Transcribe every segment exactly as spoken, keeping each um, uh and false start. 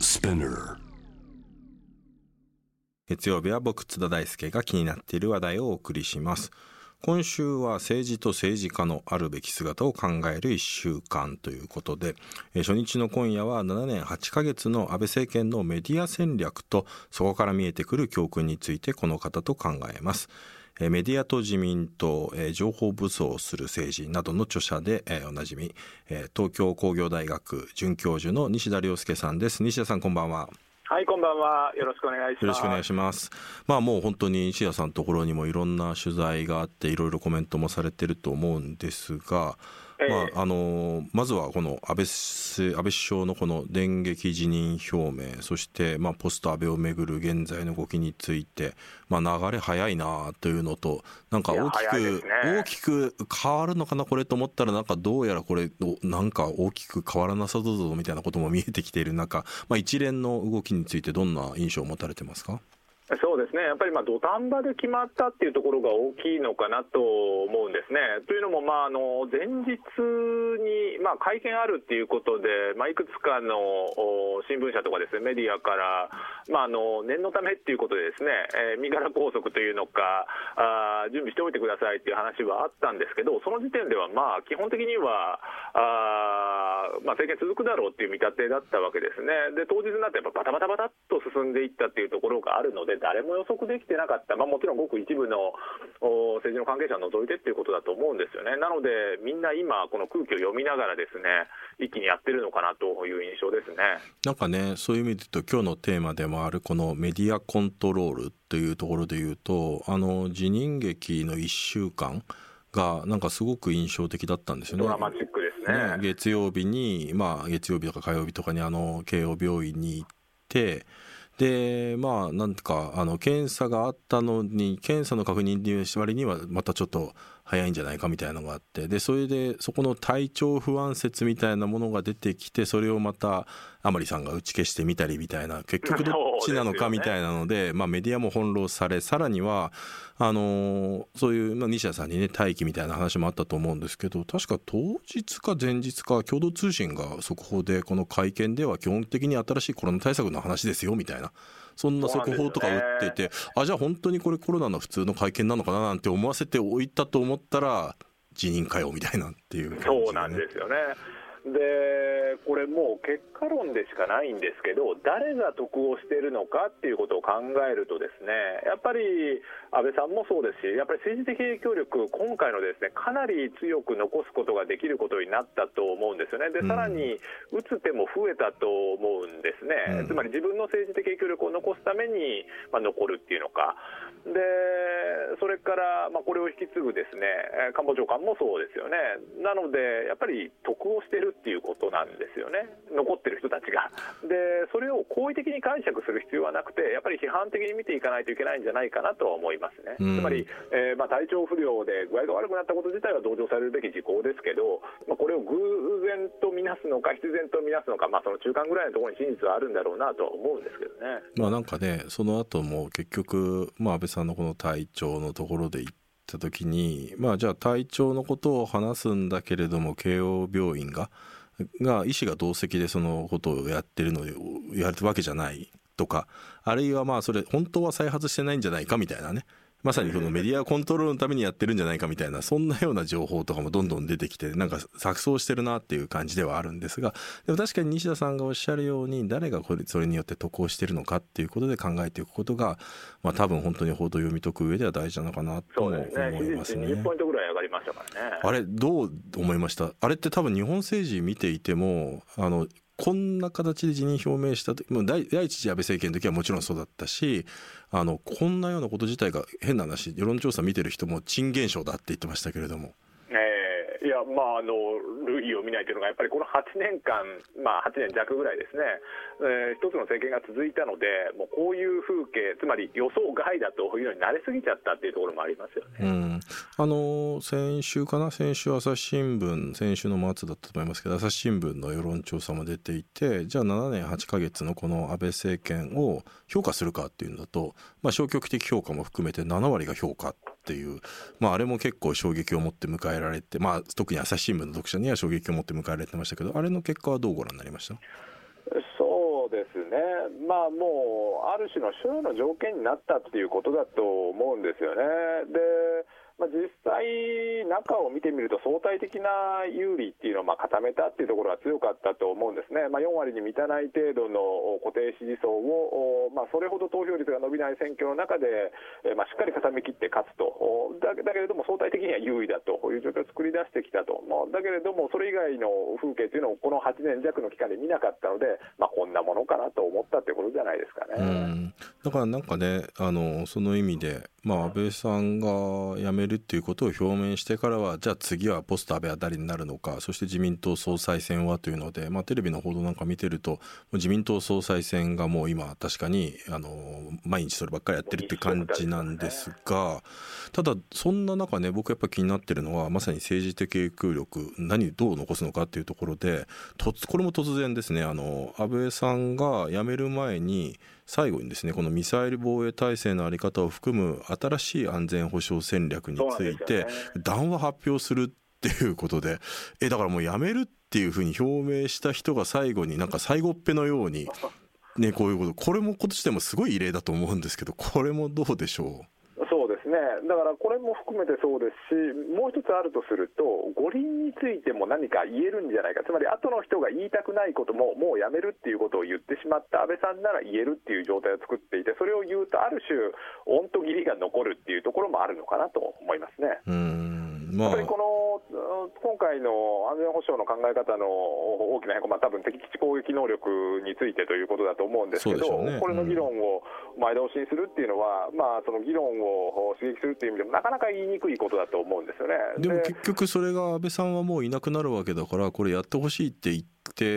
Spinner。 月曜日は僕津田大輔が気になっている話題をお送りします。今週は政治と政治家のあるべき姿を考えるいっしゅうかんということで、初日の今夜はななねんはちかげつの安倍政権のメディア戦略とそこから見えてくる教訓についてこの方と考えます。メディアと自民党、情報武装する政治などの著者でおなじみ、東京工業大学准教授の西田亮介さんです。西田さん、こんばんは。 はい、こんばんは。よろしくお願いします。 よろしくお願いします。まあもう本当に西田さんのところにもいろんな取材があっていろいろコメントもされてると思うんですが、えーまあ、あのまずはこの安倍、安倍首相のこの電撃辞任表明、そしてまあポスト安倍をめぐる現在の動きについて、まあ、流れ早いなというのと、なんか大きく、ね、大きく変わるのかなこれと思ったら、なんかどうやらこれなんか大きく変わらなさそうぞみたいなことも見えてきている中、まあ、一連の動きについてどんな印象を持たれてますか？ そうですね、やっぱりまあ土壇場で決まったっていうところが大きいのかなと思うんですね。というのも、まあ、あの前日にまあ会見あるっていうことで、まあ、いくつかの新聞社とかですね、メディアから、まあ、あの念のためっていうことでですね、えー、身柄拘束というのかあ準備しておいてくださいっていう話はあったんですけど、その時点ではまあ基本的にはあ、まあ、政権続くだろうっていう見立てだったわけですね。で当日になってやっぱバタバタバタっと進んでいったっていうところがあるので、誰も予測できてなかった、まあ、もちろんごく一部の政治の関係者を除いてっていうことだと思うんですよね。なのでみんな今この空気を読みながらですね、一気にやってるのかなという印象ですね。なんかね、 そういう意味で言うと今日のテーマでもあるこのメディアコントロールというところで言うと、あの辞任劇のいっしゅうかんがなんかすごく印象的だったんですよね。 ドラマチックですね。 ね、月曜日に、まあ、月曜日とか火曜日とかにあの慶応病院に行って、でまあなんかあの検査があったのに検査の確認割にはまたちょっと早いんじゃないかみたいなのがあって、でそれでそこの体調不安説みたいなものが出てきて、それをまた甘利さんが打ち消してみたりみたいな、結局どっちなのかみたいなので、まあ、メディアも翻弄され、さらにはあのそういう、まあ、西田さんにね待機みたいな話もあったと思うんですけど、確か当日か前日か共同通信が速報でこの会見では基本的に新しいコロナ対策の話ですよみたいな、そんな速報とか打っていて、あじゃあ本当にこれコロナの普通の会見なのかななんて思わせておいたと思ったら辞任かよみたいなっていう感じで、ね、 そうなんですよね。でこれもう結果論でしかないんですけど、誰が得をしているのかっていうことを考えるとですね、やっぱり安倍さんもそうですし、やっぱり政治的影響力、今回のですねかなり強く残すことができることになったと思うんですよね。でさらに打つ手も増えたと思うんですね、うん、つまり自分の政治的影響力を残すために、まあ、残るっていうのかで、それから、まあ、これを引き継ぐですね官房長官もそうですよね。なのでやっぱり得をしているっていうことなんですよね、残ってる人たちが。でそれを好意的に解釈する必要はなくて、やっぱり批判的に見ていかないといけないんじゃないかなとは思いますね、うん、つまり、えーまあ、体調不良で具合が悪くなったこと自体は同情されるべき事項ですけど、まあ、これを偶然とみなすのか必然とみなすのか、まあ、その中間ぐらいのところに真実はあるんだろうなとは思うんですけどね。 まあなんかね、その後も結局、まあ、安倍さんのこの体調のところで言った時に、まあ、じゃあ体調のことを話すんだけれども慶応病院がが医師が同席でそのことをやってるのをやるわけじゃないとか、あるいはまあそれ本当は再発してないんじゃないかみたいなね、まさにそのメディアコントロールのためにやってるんじゃないかみたいな、そんなような情報とかもどんどん出てきて、なんか錯綜してるなっていう感じではあるんですが、でも確かに西田さんがおっしゃるように、誰がこれそれによって得をしてるのかっていうことで考えていくことが、まあ、多分本当に報道を読み解く上では大事なのかなとも思いますね。 そうですね、にじゅっポイントぐらい上がりましたからね。 あれどう思いました？あれって多分日本政治見ていても、あのこんな形で辞任表明した時も第一次安倍政権の時はもちろんそうだったし、あのこんなようなこと自体が変な話、世論調査見てる人も珍現象だって言ってましたけれども、 えー、いやまああの類を見ないというのがやっぱりこのはちねんかん、まあ、はちねんじゃくぐらいですね、えー、一つの政権が続いたので、もうこういう風景、つまり予想外だというのに慣れすぎちゃったっていうところもありますよね。 うん、あの先週かな先週朝日新聞、先週の末だったと思いますけど、朝日新聞の世論調査も出ていて、じゃあななねんはちかげつのこの安倍政権を評価するかっていうんだと、まあ、消極的評価も含めてななわりが評価っていう、まあ、あれも結構衝撃を持って迎えられて、まあ、特に朝日新聞の読者には衝撃を持って迎えられてましたけど、あれの結果はどうご覧になりました？ そうですね、まあ、もうある種の賞与の条件になったっていうことだと思うんですよね。でまあ、実際、中を見てみると相対的な有利っていうのをまあ固めたっていうところが強かったと思うんですね。まあ、よん割に満たない程度の固定支持層を、まあ、それほど投票率が伸びない選挙の中で、まあ、しっかり固めきって勝つと。だだけれども相対的には優位だという状況を作り出してきたと。まあ、だけれどもそれ以外の風景というのをこのはちねん弱の期間で見なかったので、まあ、こんなものかなと思ったということじゃないですかね。 うんだからなんかね、あのその意味で、まあ、安倍さんが辞めるっていうことを表明してからは、じゃあ次はポスト安倍は誰になるのか、そして自民党総裁選はというので、まあ、テレビの報道なんか見てると自民党総裁選がもう今確かにあの毎日そればっかりやってるっていう感じなんですが、ただそんな中ね、僕やっぱ気になってるのはまさに政治的影響力、何どう残すのかっていうところで、とこれも突然ですね、あの安倍さんが辞める前に最後にですね、このミサイル防衛体制の在り方を含む新しい安全保障戦略について談話発表するっていうことで、えだからもうやめるっていうふうに表明した人が最後になんか最後っぺのようにね、こういうこと、これも今年でもすごい異例だと思うんですけど、これもどうでしょう。 そうですね、だからこれも含めてそうですし、もう一つあるとすると、五輪についても何か言えるんじゃないか、つまり後の人が言いたくないことももうやめるっていうことを言ってしまった安倍さんなら言えるっていう状態を作っていて、それを言うとある種恩と義理が残るっていうところもあるのかなと思いますね。 うーん、まあ、 やっぱりこの今回の安全保障の考え方の大きな変更、まあ、多分敵基地攻撃能力についてということだと思うんですけど、ね、これの議論を前倒しにするっていうのは、うん、まあ、その議論を刺激するっていう意味でもなかなか言いにくいことだと思うんですよね。 でも結局それが安倍さんはもういなくなるわけだから、これやってほしいって言って、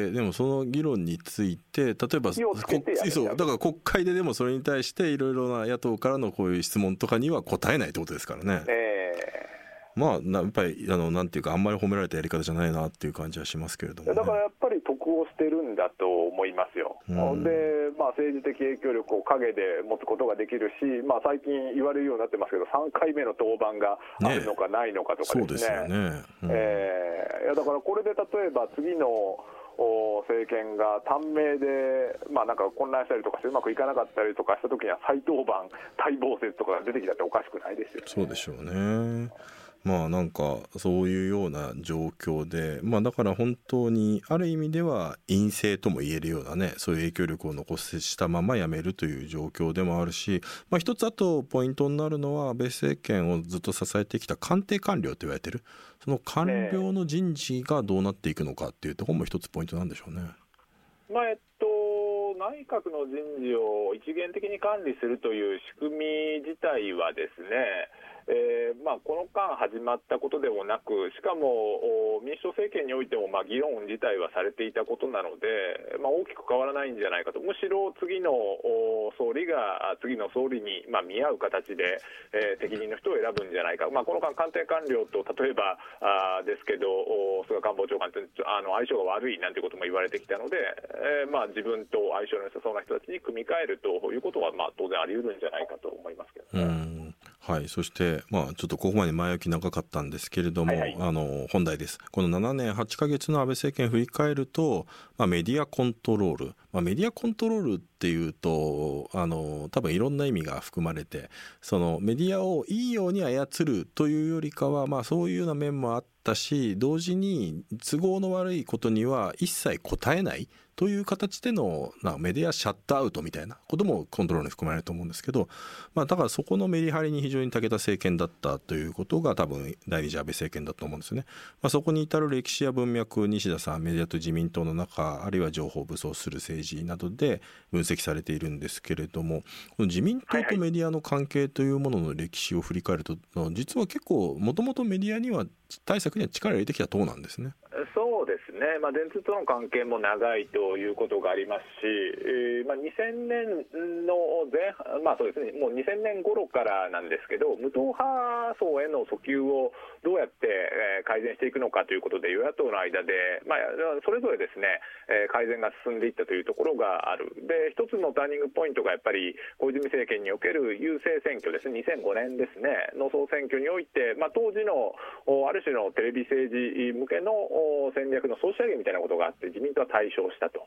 でもその議論について例えばそうだから国会ででもそれに対していろいろな野党からのこういう質問とかには答えないってことですからね。えーまあ、やっぱりあのなんていうか、あんまり褒められたやり方じゃないなっていう感じはしますけれども、ね、 だからやっぱり得をしてるんだと思いますよ。うん、で、まあ、政治的影響力を陰で持つことができるし、まあ、最近言われるようになってますけど、さんかいめの登板があるのかないのかとかですね。そうですよね。うん、えー、いやだからこれで例えば次の政権が短命で、まあ、なんか混乱したりとかしてうまくいかなかったりとかしたときには再登板、待望説とかが出てきたっておかしくないですよね。 そうでしょうね。まあなんかそういうような状況で、まあだから本当にある意味では陰性とも言えるようなね、そういう影響力を残したまま辞めるという状況でもあるし、まあ一つあとポイントになるのは安倍政権をずっと支えてきた官邸官僚と言われてる、その官僚の人事がどうなっていくのかっていうところも一つポイントなんでしょうね。 まあえっと内閣の人事を一元的に管理するという仕組み自体はですね、えーまあ、この間始まったことでもなく、しかも民主党政権においてもまあ議論自体はされていたことなので、まあ、大きく変わらないんじゃないかと。むしろ次の総理が次の総理にまあ見合う形で、えー、適任の人を選ぶんじゃないか、まあ、この間官邸官僚と例えばあですけど菅官房長官ってあの相性が悪いなんてことも言われてきたので、えーまあ、自分と相性の良さそうな人たちに組み替えるということはまあ当然あり得るんじゃないかと思いますけどね。うんはい、そして、まあ、ちょっとここまで前置き長かったんですけれども、はいはい、あの本題です。このななねんはちかげつの安倍政権を振り返ると、まあ、メディアコントロール、まあ、メディアコントロールっていうとあの多分いろんな意味が含まれて、そのメディアをいいように操るというよりかは、まあ、そういうような面もあったし、同時に都合の悪いことには一切答えないという形でのなメディアシャットアウトみたいなこともコントロールに含まれると思うんですけど、まあ、だからそこのメリハリに非常に長けた政権だったということが多分第二次安倍政権だと思うんですよね。まあ、そこに至る歴史や文脈、西田さんメディアと自民党の中、あるいは情報武装する政治などで分析されているんですけれども、この自民党とメディアの関係というものの歴史を振り返ると、実は結構もともとメディアには対策には力を入れてきた党なんですね。 そうですね、まあ、電通との関係も長いということがありますし、えーまあ、にせんねんの前半、まあそうですね、もうにせんねん頃からなんですけど、無党派層への訴求をどうやって改善していくのかということで、与野党の間で、まあ、それぞれですね、改善が進んでいったというところがある。で、一つのターニングポイントがやっぱり小泉政権における郵政選挙ですね、にせんごねんですねの総選挙において、まあ、当時のある種のテレビ政治向けの戦略の総仕上げみたいなことがあって、自民党は大勝したと。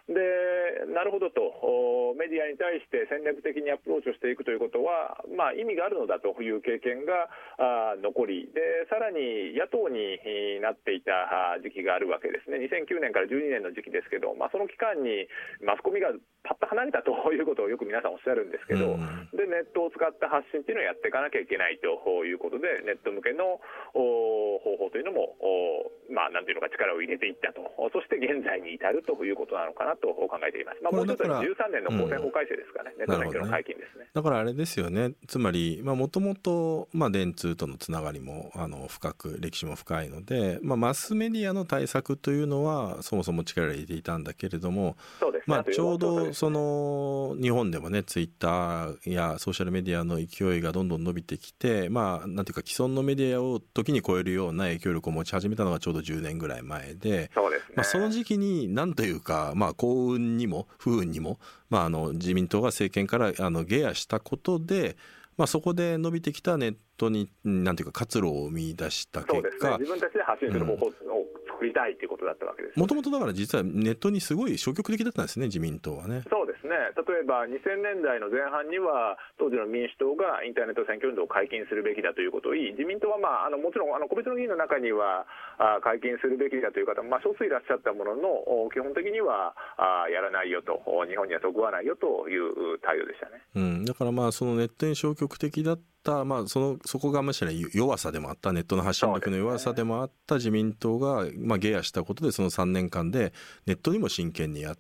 でなるほどと、メディアに対して戦略的にアプローチをしていくということは、まあ、意味があるのだという経験があ残りで、さらに野党になっていた時期があるわけですね。にせんきゅうねんからじゅうにねんの時期ですけど、まあ、その期間にマスコミがパッと離れたということをよく皆さんおっしゃるんですけど、うん、でネットを使った発信というのをやっていかなきゃいけないということで、ネット向けの方法というのも、まあ、なんていうのか力を入れていったと、そして現在に至るということなのかなと考えています。まあ、もう一つはじゅうさんねんの公選法改正ですかね、うん、ネット選挙の解禁ですね。 だからあれですよね、つまりもともと電通とのつながりもあの深く歴史も深いので、まあ、マスメディアの対策というのはそもそも力を入れていたんだけれども、 そうですね、 まあ、ちょうどその日本でもねツイッターやソーシャルメディアの勢いがどんどん伸びてきて、まあ、なんていうか既存のメディアを時に超えるような影響力を持ち始めたのがちょうどじゅうねんぐらい前で、 そうですね、 まあ、その時期になんというか、まあ、幸運にも不運にも、まあ、あの自民党が政権からあの下野したことで、まあ、そこで伸びてきたネットになんていうか活路を見出した結果、 そうですね、自分たちで発信する方法を作りたいということだったわけです、ね。 もともとだから実はネットにすごい消極的だったんですね、自民党はね。 そうですね、例えばにせんねんだいの前半には当時の民主党がインターネット選挙運動を解禁するべきだということを言い、自民党は、まあ、あのもちろんあの個別の議員の中にはあ解禁するべきだという方も、まあ、少数いらっしゃったものの、基本的にはあやらないよと、日本にはそぐわないよという態度でしたね。 うん、だからまあそのネットに消極的だった、まあ、そのそこがむしろ弱さでもあった、ネットの発信力の弱さでもあった自民党が、まあ、下野したことで、そのさんねんかんでネットにも真剣にやって、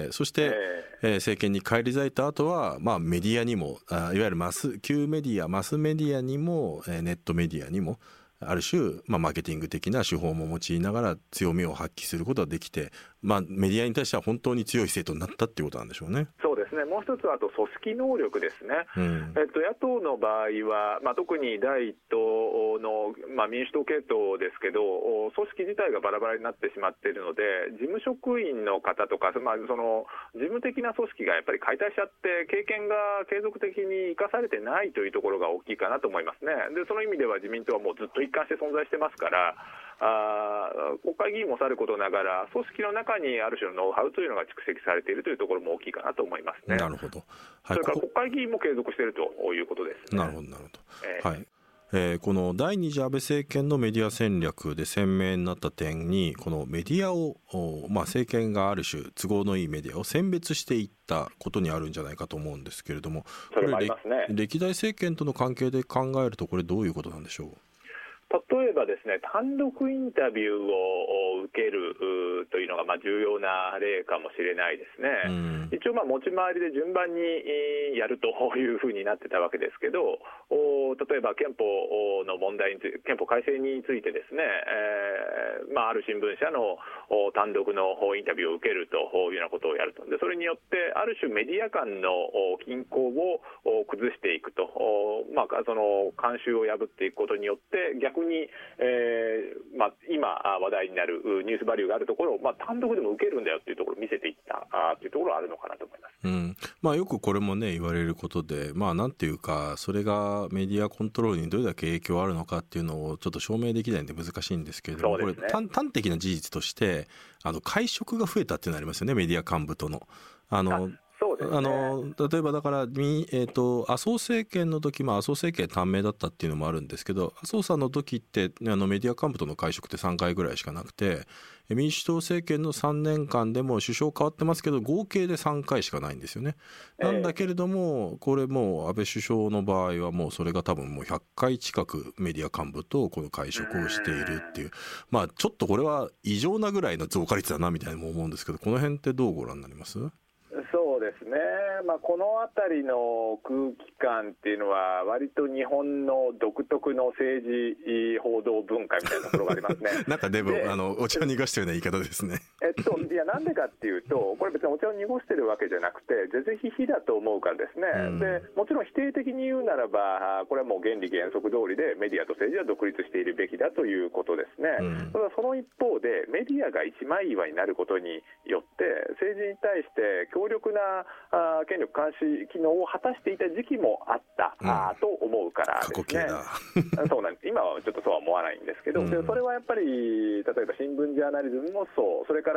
そして、えーえー、政権に返り咲いた後は、まあ、メディアにも、あいわゆるマス旧メディアマスメディアにも、えー、ネットメディアにもある種、まあ、マーケティング的な手法も用いながら強みを発揮することができて、まあ、メディアに対しては本当に強い政党になったっていうことなんでしょうね。 そうですね、もう一つはあと組織能力ですね、うん、えっと、野党の場合は、まあ、特に第一党の、まあ、民主党系統ですけど、組織自体がバラバラになってしまっているので、事務職員の方とか、まあ、その事務的な組織がやっぱり解体しちゃって、経験が継続的に生かされてないというところが大きいかなと思いますね。でその意味では自民党はもうずっと一貫して存在してますから、あ国会議員もさることながら組織の中にある種のノウハウというのが蓄積されているというところも大きいかなと思いますね。 なるほど、はい、 それから国会議員も継続しているということですね。 なるほどなるほど、えーはいえー、この第二次安倍政権のメディア戦略で鮮明になった点に、このメディアを、まあ、政権がある種都合のいいメディアを選別していったことにあるんじゃないかと思うんですけれども、 それもありますね。 歴代政権との関係で考えるとこれどういうことなんでしょう。 例えばですね、単独インタビューを受けるというのがまあ重要な例かもしれないですね、うん、一応まあ持ち回りで順番にやるというふうになってたわけですけど、例えば憲法の問題について、憲法改正についてですね、えーまあ、ある新聞社の単独のインタビューを受けるというようなことをやると。でそれによってある種メディア間の均衡を崩していくと、まあ、その慣習を破っていくことによって逆に、えーまあ、今話題になるニュースバリューがあるところを、まあ、単独でも受けるんだよというところを見せていったあというところはあるのかなと思います。 うんまあ、よくこれもね言われることで、まあ、なんていうかそれがメディアコントロールにどれだけ影響あるのかっていうのをちょっと証明できないんで難しいんですけれども、 そうですね、 これ端的な事実としてあの会食が増えたっていうのがありますよね、メディア幹部との。あのそうですね、 あの例えばだから、えー、と麻生政権の時も麻生政権短命だったっていうのもあるんですけど、麻生さんの時ってあのメディア幹部との会食ってさんかいぐらいしかなくて、民主党政権のさんねんかんでも首相変わってますけど合計でさんかいしかないんですよね。なんだけれどもこれもう安倍首相の場合はもうそれが多分もうひゃっかい近くメディア幹部とこの会食をしているっていう、まあちょっとこれは異常なぐらいの増加率だなみたいにも思うんですけど、この辺ってどうご覧になります？ そうですね、まあ、このあたりの空気感っていうのは割と日本の独特の政治報道文化みたいなところがありますねなんかでもあのお茶を濁したような言い方ですねえっと、いやなんでかっていうと、これ別にお茶を濁してるわけじゃなくて是々非々だと思うからですね、うん、でもちろん否定的に言うならばこれはもう原理原則通りでメディアと政治は独立しているべきだということですね、うん、ただその一方でメディアが一枚岩になることによって政治に対して強力なあ権力監視機能を果たしていた時期もあった、うん、あと思うからですねそうなんです。今はちょっとそうは思わないんですけど、うん、でそれはやっぱり例えば新聞ジャーナリズムもそう、それから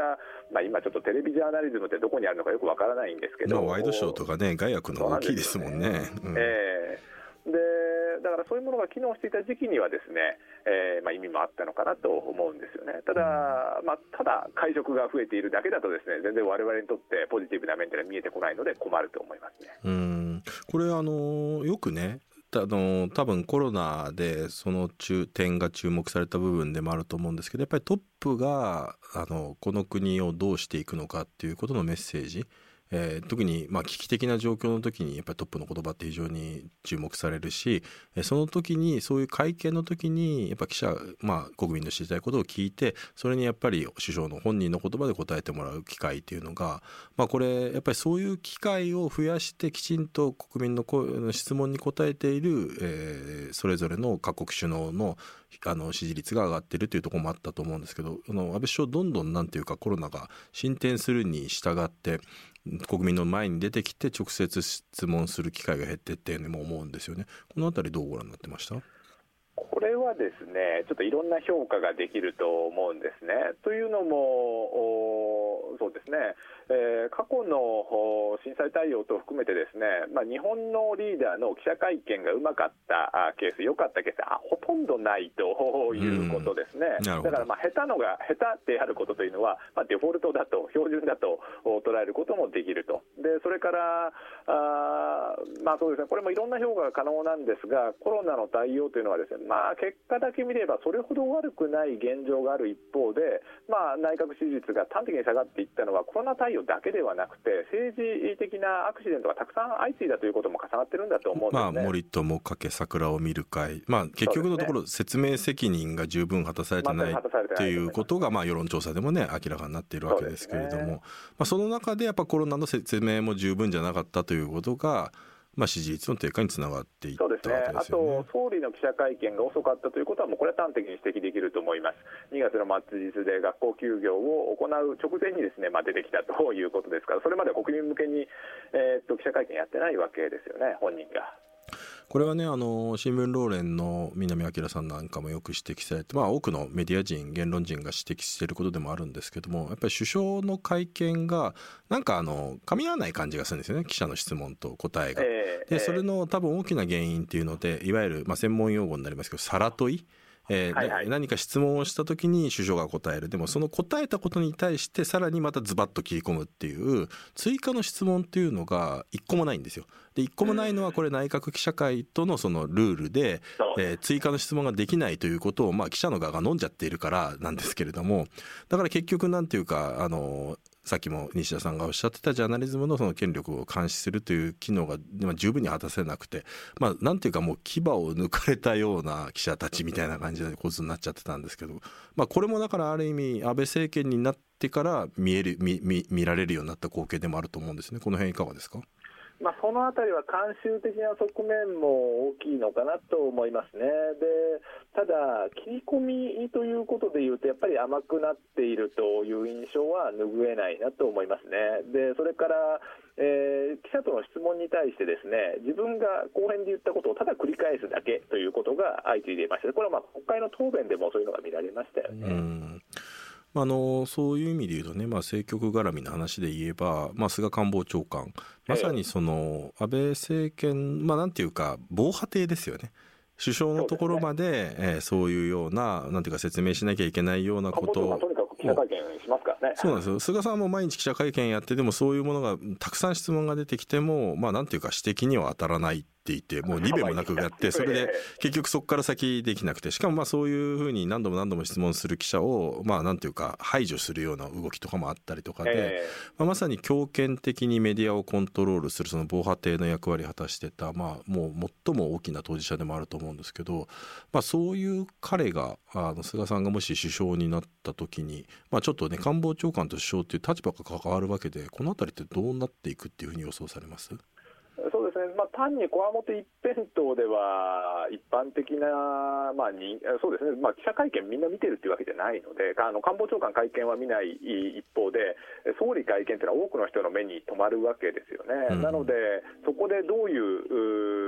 が、まあ、今ちょっとテレビジャーナリズムってどこにあるのかよくわからないんですけど、 まあ、ワイドショーとかね、外役の大きいですもんね。 うん、えー、でだからそういうものが機能していた時期にはですね、えーまあ、意味もあったのかなと思うんですよね。ただ、まあ、ただ会食が増えているだけだとですね、全然我々にとってポジティブな面というのは見えてこないので困ると思いますね。 うん、これあのよくね、あの多分コロナでその中点が注目された部分でもあると思うんですけど、やっぱりトップがあのこの国をどうしていくのかっていうことのメッセージ、えー、特にまあ危機的な状況の時にやっぱりトップの言葉って非常に注目されるし、その時にそういう会見の時にやっぱ記者、まあ、国民の知りたいことを聞いて、それにやっぱり首相の本人の言葉で答えてもらう機会っていうのが、まあ、これやっぱりそういう機会を増やしてきちんと国民の声の質問に答えている、えー、それぞれの各国首脳のあの支持率が上がっているというところもあったと思うんですけど、あの安倍首相どんどんなんていうかコロナが進展するに従って国民の前に出てきて直接質問する機会が減っていっても思うんですよね。このあたりどうご覧になってました？ これはですね、ちょっといろんな評価ができると思うんですね。というのも、そうですね、えー、過去の震災対応と含めてですね、まあ、日本のリーダーの記者会見がうまかったケース、良かったケースはほとんどないということですね。だからまあ下手のが下手であることというのは、まあ、デフォルトだと、標準だと捉えることもできると。でそれからあ、まあそうですね、これもいろんな評価が可能なんですが、コロナの対応というのはですね、まあ、結果だけ見ればそれほど悪くない現状がある一方で、まあ、内閣支持率が端的に下がっていったのはコロナ対応だけではなくて、政治的なアクシデントがたくさん相次いだということも重なってるんだと思うんですね。 まあ、森友かけ桜を見る会、まあ、結局のところ、説明責任が十分果たされてないということが、まあ、世論調査でもね明らかになっているわけですけれども、 そ,、ね、まあ、その中でやっぱコロナの説明も十分じゃなかったということが、まあ、支持率の低下につながっていったわけですよね。 そうですね。あと総理の記者会見が遅かったということはもうこれは端的に指摘できると思います。にがつの末日で学校休業を行う直前にですね、まあ、出てきたということですから、それまでは国民向けに、えー、っと記者会見やってないわけですよね、本人が。 これはね、あの新聞労連の南明さんなんかもよく指摘されて、まあ、多くのメディア人言論人が指摘していることでもあるんですけども、やっぱり首相の会見がなんかあの噛み合わない感じがするんですよね、記者の質問と答えが。えー、でそれの多分大きな原因っていうので、いわゆる、まあ、専門用語になりますけどさら問い、えーはいはい、何か質問をした時に首相が答える。でもその答えたことに対してさらにまたズバッと切り込むっていう追加の質問っていうのが一個もないんですよ。で一個もないのはこれ内閣記者会とのそのルールで、えー、追加の質問ができないということを、まあ、記者の側が飲んじゃっているからなんですけれども、だから結局なんていうか、あのさっきも西田さんがおっしゃってたジャーナリズムのその権力を監視するという機能が十分に果たせなくて、まあ、なんていうかもう牙を抜かれたような記者たちみたいな感じで構図になっちゃってたんですけど、まあ、これもだからある意味安倍政権になってから見える 見, 見, 見られるようになった光景でもあると思うんですね。この辺いかがですか？ まあ、そのあたりは慣習的な側面も大きいのかなと思いますね。でただ、切り込みということでいうとやっぱり甘くなっているという印象は拭えないなと思いますね。でそれから、えー、記者との質問に対してですね、自分が後編で言ったことをただ繰り返すだけということが相次いでいました。これはまあ国会の答弁でもそういうのが見られましたよね。 うんあのそういう意味で言うとね、まあ、政局絡みの話で言えば、まあ、菅官房長官まさにその安倍政権、まあ、なんていうか防波堤ですよね。首相のところまでそう、ねえー、そういうような、なんていうか説明しなきゃいけないようなことを、 とにかく記者会見しますからね。 そうなんですよ。菅さんも毎日記者会見やって、でもそういうものがたくさん質問が出てきても、まあ、なんていうか指摘には当たらないっていて、もうにべもなくやって、それで結局そこから先できなくて、しかもまあそういうふうに何度も何度も質問する記者を、まあなんていうか排除するような動きとかもあったりとかで、まあ、まさに強権的にメディアをコントロールするその防波堤の役割を果たしてた、まあもう最も大きな当事者でもあると思うんですけど、まあそういう彼が、あの菅さんがもし首相になった時に、まあちょっとね、官房長官と首相っていう立場が関わるわけで、このあたりってどうなっていくっていうふうに予想されます？ そうですね、まあ、単にこわもて一辺倒では一般的な、まあ、にそうですね、まあ、記者会見みんな見てるっていうわけじゃないので、あの官房長官会見は見ない一方で、総理会見というのは多くの人の目に留まるわけですよね。うん、なのでそこでどういうも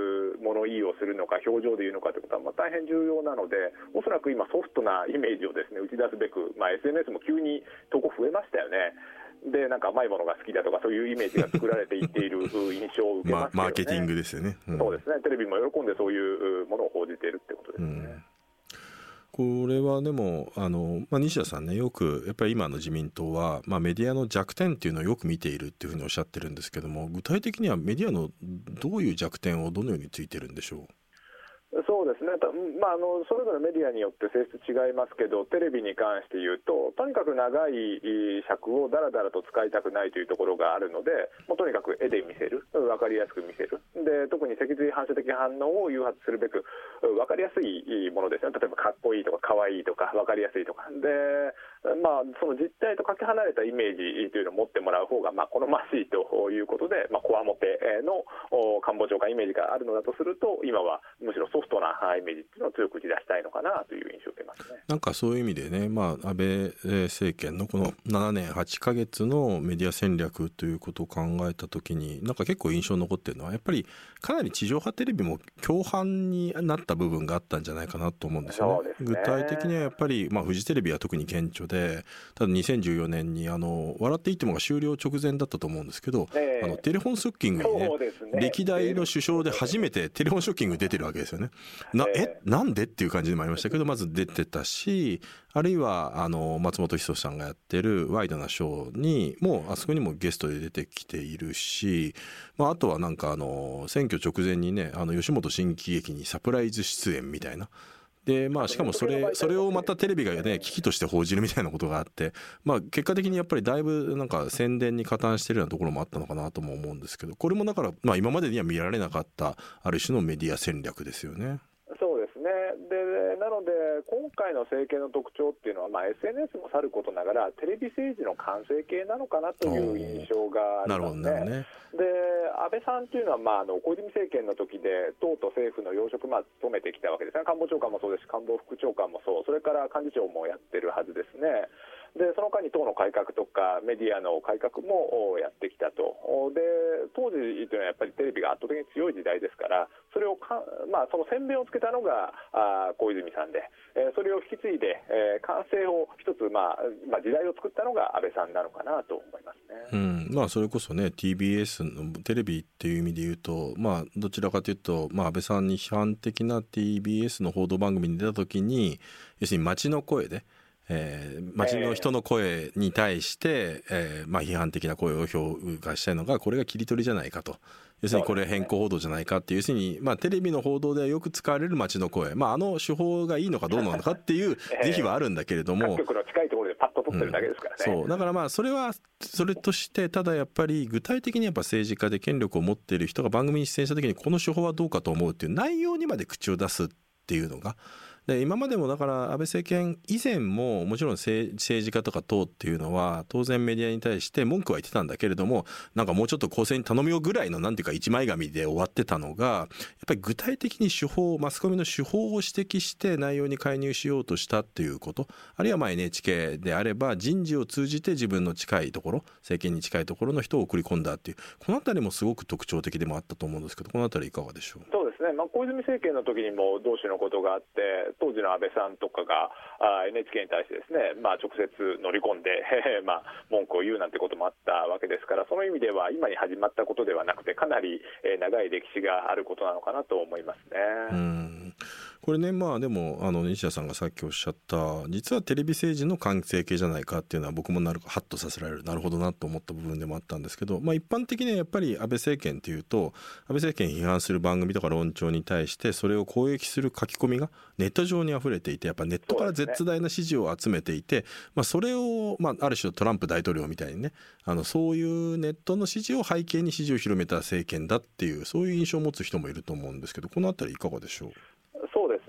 物言いをするのか表情で言うのかということはまあ大変重要なので、おそらく今ソフトなイメージをですね打ち出すべく、まあ、エスエヌエス も急に投稿増えましたよね。でなんか甘いものが好きだとかそういうイメージが作られていっている印象を受けますけどね。 ま、マーケティングですよね、うん、 そうですね。テレビも喜んでそういうものを報じているってことですね、 うん、これはでもあの、まあ、西田さんね、よくやっぱり今の自民党は、まあ、メディアの弱点っていうのをよく見ているっていうふうにおっしゃってるんですけども、具体的にはメディアのどういう弱点をどのようについてるんでしょう。 そうですね、まあ、あのそれぞれメディアによって性質違いますけど、テレビに関して言うと、とにかく長い尺をだらだらと使いたくないというところがあるので、もうとにかく絵で見せる、分かりやすく見せる、で特に脊髄反射的反応を誘発するべく、分かりやすいものですね、例えばかっこいいとか、かわいいとか、分かりやすいとか、でまあ、その実態とかけ離れたイメージというのを持ってもらう方がまあ好ましいということで、まあ、こわもての官房長官イメージがあるのだとすると、今はむしろソフトなイメージっていうのを強く打ち出したいのかなという印象を受けますね。 なんかそういう意味でね、まあ、安倍政権のこのななねんはちかげつのメディア戦略ということを考えたときに、なんか結構印象に残っているのは、やっぱりかなり地上波テレビも共犯になった部分があったんじゃないかなと思うんですよね。 そうですね。 具体的にはやっぱり、まあ、フジテレビは特に顕著で、ただにせんじゅうよねんにあの笑っていいともが終了直前だったと思うんですけど、えー、あのテレフォンショッキングにね、ね歴代の首相で初めてテレフォンショッキング出てるわけですよね。なえなんでっていう感じでもありましたけど、まず出てたし、あるいはあの松本人志さんがやってるワイドなショーにもうあそこにもゲストで出てきているし、まあ、あとはなんかあの選挙直前にね、あの吉本新喜劇にサプライズ出演みたいなで、まあ、しかもそれ、それをまたテレビがね危機として報じるみたいなことがあって、まあ、結果的にやっぱりだいぶなんか宣伝に加担しているようなところもあったのかなとも思うんですけど、これもだから、まあ、今までには見られなかったある種のメディア戦略ですよね。 そうですね。でなので今回の政権の特徴っていうのは、まあ、エスエヌエス もさることながらテレビ政治の完成形なのかなという印象がありますね。で安倍さんというのは、まあ、あの小泉政権の時で党と政府の要職を、まあ、務めてきたわけですね。官房長官もそうですし、官房副長官もそう、それから幹事長もやってるはずですね。でその間に党の改革とかメディアの改革もやってきたと。で当時というのはやっぱりテレビが圧倒的に強い時代ですから、それをか、まあ、その先鞭をつけたのがあ小泉さんで、えー、それを引き継いで、えー、完成を一つ、まあまあ、時代を作ったのが安倍さんなのかなと思いますね。 うんまあ、それこそね ティービーエス のテレビっていう意味で言うと、まあ、どちらかというと、まあ、安倍さんに批判的な ティービーエス の報道番組に出た時に、要するに街の声でえー、街の人の声に対して、えーまあ、批判的な声を評価したいのが、これが切り取りじゃないかと、要するにこれ変更報道じゃないかっていう、要するに、まあ、テレビの報道ではよく使われる街の声、まあ、あの手法がいいのかどうなのかっていう是非はあるんだけれども、 各局の近いところでパッと撮ってるだけですからね、 うん、そうだからまあそれはそれとして、ただやっぱり具体的にやっぱ政治家で権力を持っている人が番組に出演した時にこの手法はどうかと思うっていう内容にまで口を出すっていうのが、で今までもだから安倍政権以前ももちろん 政, 政治家とか党っていうのは当然メディアに対して文句は言ってたんだけれども、なんかもうちょっと公正に頼みようぐらいのなんていうか一枚紙で終わってたのが、やっぱり具体的に手法、マスコミの手法を指摘して内容に介入しようとしたっていうこと、あるいはまあ エヌエイチケー であれば人事を通じて自分の近いところ、政権に近いところの人を送り込んだっていう、このあたりもすごく特徴的でもあったと思うんですけど、このあたりいかがでしょう。 そうですね、まあ、小泉政権の時にも同種のことがあって、当時の安倍さんとかがあ エヌエイチケー に対してですね、まあ、直接乗り込んでまあ文句を言うなんてこともあったわけですから、その意味では今に始まったことではなくてかなり長い歴史があることなのかなと思いますね。 うんこれね、まあでもあの西田さんがさっきおっしゃった実はテレビ政治の完成形じゃないかっていうのは僕もなるハッとさせられる、なるほどなと思った部分でもあったんですけど、まあ、一般的にはやっぱり安倍政権っていうと安倍政権批判する番組とか論調に対してそれを攻撃する書き込みがネット上にあふれていて、やっぱネットから絶大な支持を集めていて、まあ、それを、まあ、ある種トランプ大統領みたいにね、あのそういうネットの支持を背景に支持を広めた政権だっていう、そういう印象を持つ人もいると思うんですけど、このあたりいかがでしょう。 そうです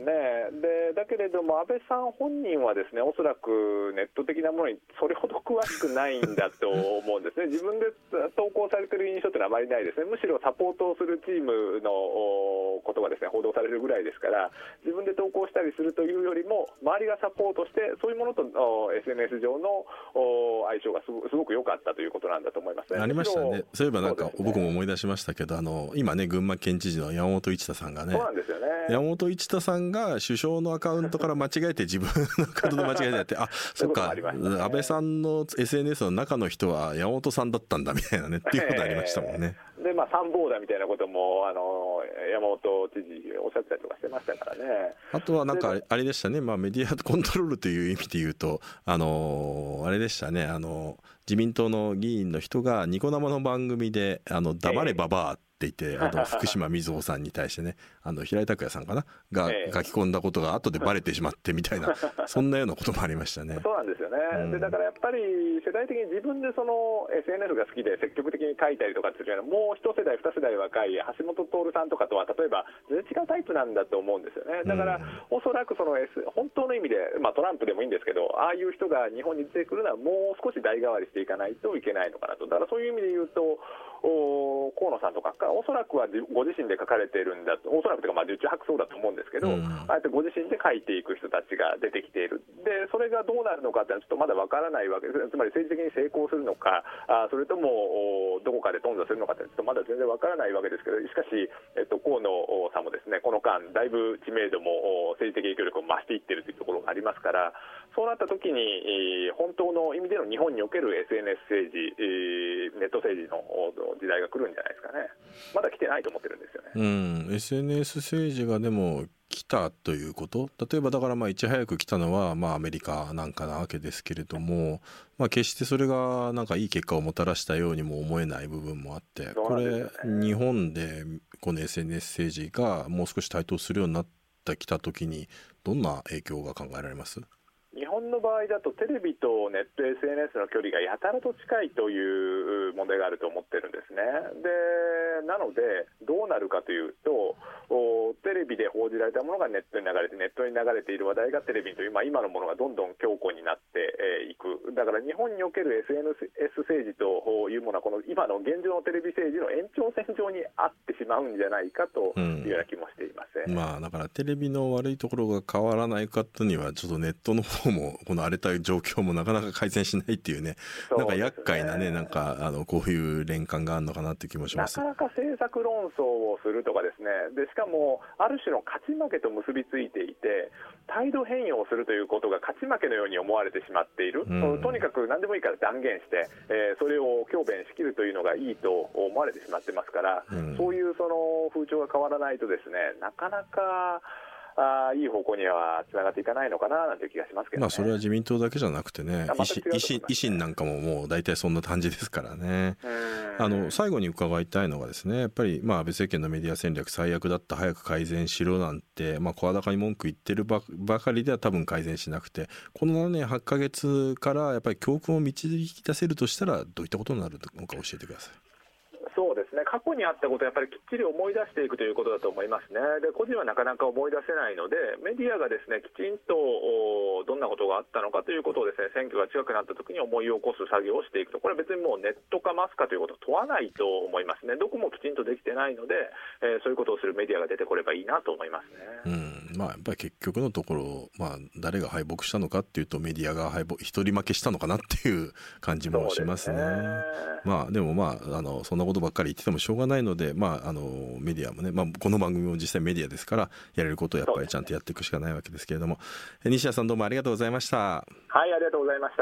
ですね。でだけれども安倍さん本人はですね、おそらくネット的なものにそれほど詳しくないんだと思うんですね。自分で投稿されている印象というのはあまりないですね。むしろサポートをするチームのことがですね報道されるぐらいですから、自分で投稿したりするというよりも周りがサポートして、そういうものと エスエヌエス 上の相性がすごすごく良かったということなんだと思いますね。 ありましたね。そういえばなんか僕も思い出しましたけど、あの今ね群馬県知事の山本一太さんがね、 そうなんですよね。 山本一太さんが首相のアカウントから間違えて自分のアカウントで間違えてやってあそっか、ね、安倍さんの エスエヌエス の中の人は山本さんだったんだみたいなねっていうことありましたもんね。 えー、でまあ参謀だみたいなこともあの山本知事おっしゃってたりとかしてましたからね。 あとはなんかあれでしたね、まあ、メディアコントロールという意味で言うとあのあれでしたね、あの自民党の議員の人がニコ生の番組であの黙れババアって言ってあの福島みずほさんに対してね、あの平井拓也さんかなが書き込んだことが後でバレてしまってみたいなそんなようなこともありましたね。 そうなんですよね、 うん、 でだからやっぱり世代的に自分でその エスエヌエス が好きで積極的に書いたりとかっていうのはもう一世代二世代若い橋本徹さんとかとは例えば全然違うタイプなんだと思うんですよね。だから、うん、おそらくその、S、本当の意味で、まあ、トランプでもいいんですけど、ああいう人が日本に出てくるのはもう少し代替わりしていかないといけないのかなと。だからそういう意味で言うと河野さんとかおそらくはご自身で書かれているんだと、おそらくというかまあ十中八九そうだと思うんですけど、うん、ああやってご自身で書いていく人たちが出てきている。でそれがどうなるのかっていうのはちょっとまだわからないわけです。つまり政治的に成功するのか、あそれともどこかで頓挫するのかってちょっとまだ全然わからないわけですけど、しかし、えっと、河野さんもですねこの間だいぶ知名度も政治的影響力を増していっているというところがありますから、そうなった時に本当の意味での日本における エスエヌエス 政治、ネット政治の時代が来るんじゃないですかね。まだ来てないと思ってるんですよね。 うん、エスエヌエス 政治がでも来たということ、例えばだからまあいち早く来たのはまあアメリカなんかなわけですけれども、まあ、決してそれがなんかいい結果をもたらしたようにも思えない部分もあって、これ日本でこの エスエヌエス 政治がもう少し台頭するようになってきた時にどんな影響が考えられます？ 日本の場合だとテレビとネット エスエヌエス の距離がやたらと近いという問題があると思ってるんですね。でなのでどうなるかというと、テレビで報じられたものがネットに流れて、ネットに流れている話題がテレビという、まあ、今のものがどんどん強固になっていく。だから日本における エスエヌエス 政治というものはこの今の現状のテレビ政治の延長線上にあってしまうんじゃないかというような気もしています、 うん、まあだからテレビの悪いところが変わらないことにはちょっとネットの方もこの荒れた状況もなかなか改善しないっていうね、なんか厄介なね、なんかあのこういう連関があるのかなっていう気もします。 なかなか政策論争をするとかですね、でしかもある種の勝ち負けと結びついていて、態度変容するということが勝ち負けのように思われてしまっている、うん、とにかく何でもいいから断言して、えー、それを強弁しきるというのがいいと思われてしまってますから、うん、そういうその風潮が変わらないとですね、なかなかあいい方向にはつながっていかないのかななんていう気がしますけどね。 まあそれは自民党だけじゃなくてね、維新、維新、維新なんかももう大体そんな感じですからね。あの最後に伺いたいのがですね、やっぱりまあ安倍政権のメディア戦略最悪だった、早く改善しろなんてまあ声高に文句言ってる ば, ばかりでは多分改善しなくて、このななねんはちかげつからやっぱり教訓を導き出せるとしたらどういったことになるのか教えてください。 そうですね、過去にあったことをやっぱりきっちり思い出していくということだと思いますね。で個人はなかなか思い出せないので、メディアがですねきちんとどんなことがあったのかということをですね、選挙が近くなった時に思い起こす作業をしていくと、これは別にもうネットかマスかということを問わないと思いますね。どこもきちんとできてないので、えー、そういうことをするメディアが出てこればいいなと思いますね。 うん、まあやっぱり結局のところ、まあ、誰が敗北したのかっていうとメディアが敗北一人負けしたのかなっていう感じもしますね。そうですね。まあでもまああのそんなことばっかり言っててもしょうがないので、まあ、あのメディアもね、まあ、この番組も実際メディアですからやれることをやっぱりちゃんとやっていくしかないわけですけれども、西谷さんどうもありがとうございました。 はい、ありがとうございました。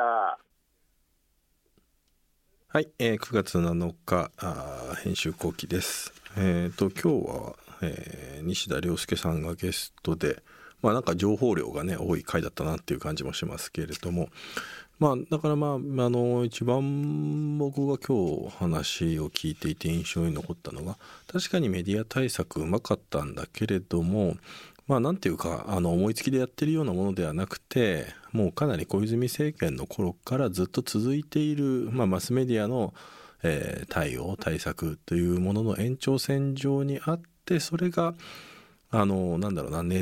はい、えー、くがつなのかあ編集後期です。えー、と今日は、えー、西田亮介さんがゲストで、まあなんか情報量がね多い回だったなっていう感じもしますけれども、まあだからまああの一番僕が今日話を聞いていて印象に残ったのが、確かにメディア対策うまかったんだけれども、まあなんていうかあの思いつきでやってるようなものではなくて、もうかなり小泉政権の頃からずっと続いている、まあ、マスメディアの、えー、対応対策というものの延長線上にあって、それがあのなんだろうなネッ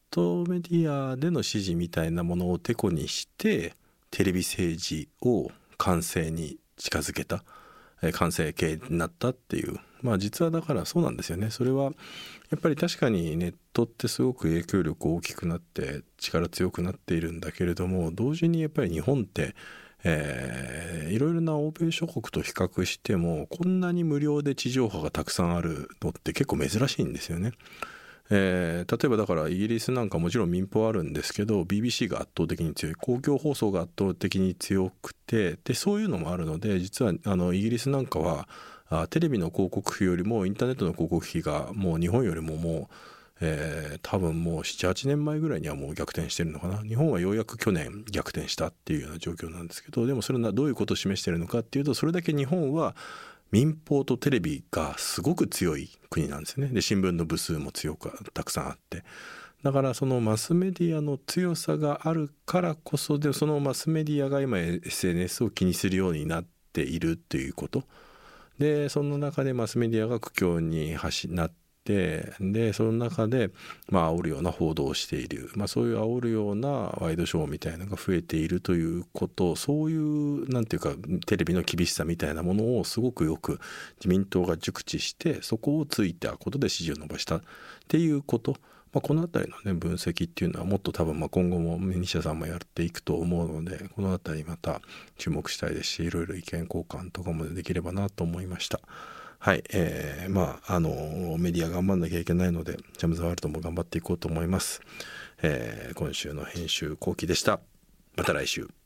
トメディアでの支持みたいなものをてこにしてテレビ政治を完成に近づけた、えー、完成形になったっていう、まあ実はだからそうなんですよね。それはやっぱり確かにネットってすごく影響力大きくなって力強くなっているんだけれども、同時にやっぱり日本ってえー、いろいろな欧米諸国と比較してもこんなに無料で地上波がたくさんあるのって結構珍しいんですよね。えー、例えばだからイギリスなんかもちろん民放あるんですけど ビービーシー が圧倒的に強い、公共放送が圧倒的に強くて、でそういうのもあるので、実はあのイギリスなんかはあテレビの広告費よりもインターネットの広告費がもう日本よりももうえー、多分もう ななはちねんまえぐらいにはもう逆転してるのかな。日本はようやく去年逆転したっていうような状況なんですけど、でもそれはどういうことを示しているのかっていうと、それだけ日本は民放とテレビがすごく強い国なんですよね。で新聞の部数も強くたくさんあって、だからそのマスメディアの強さがあるからこそ、でそのマスメディアが今 エスエヌエス を気にするようになっているっていうことで、その中でマスメディアが苦境になってでその中で、まあ煽るような報道をしている、まあ、そういう煽るようなワイドショーみたいなのが増えているということ、そういうなんていうかテレビの厳しさみたいなものをすごくよく自民党が熟知して、そこをついたことで支持を伸ばしたっていうこと、まあ、このあたりの、ね、分析っていうのはもっと多分まあ今後も西田さんもやっていくと思うので、このあたりまた注目したいですし、いろいろ意見交換とかもできればなと思いました。はい、えー、まああのメディア頑張んなきゃいけないので、ジャム・ザ・ワールドも頑張っていこうと思います。えー、今週の編集後期でした。また来週。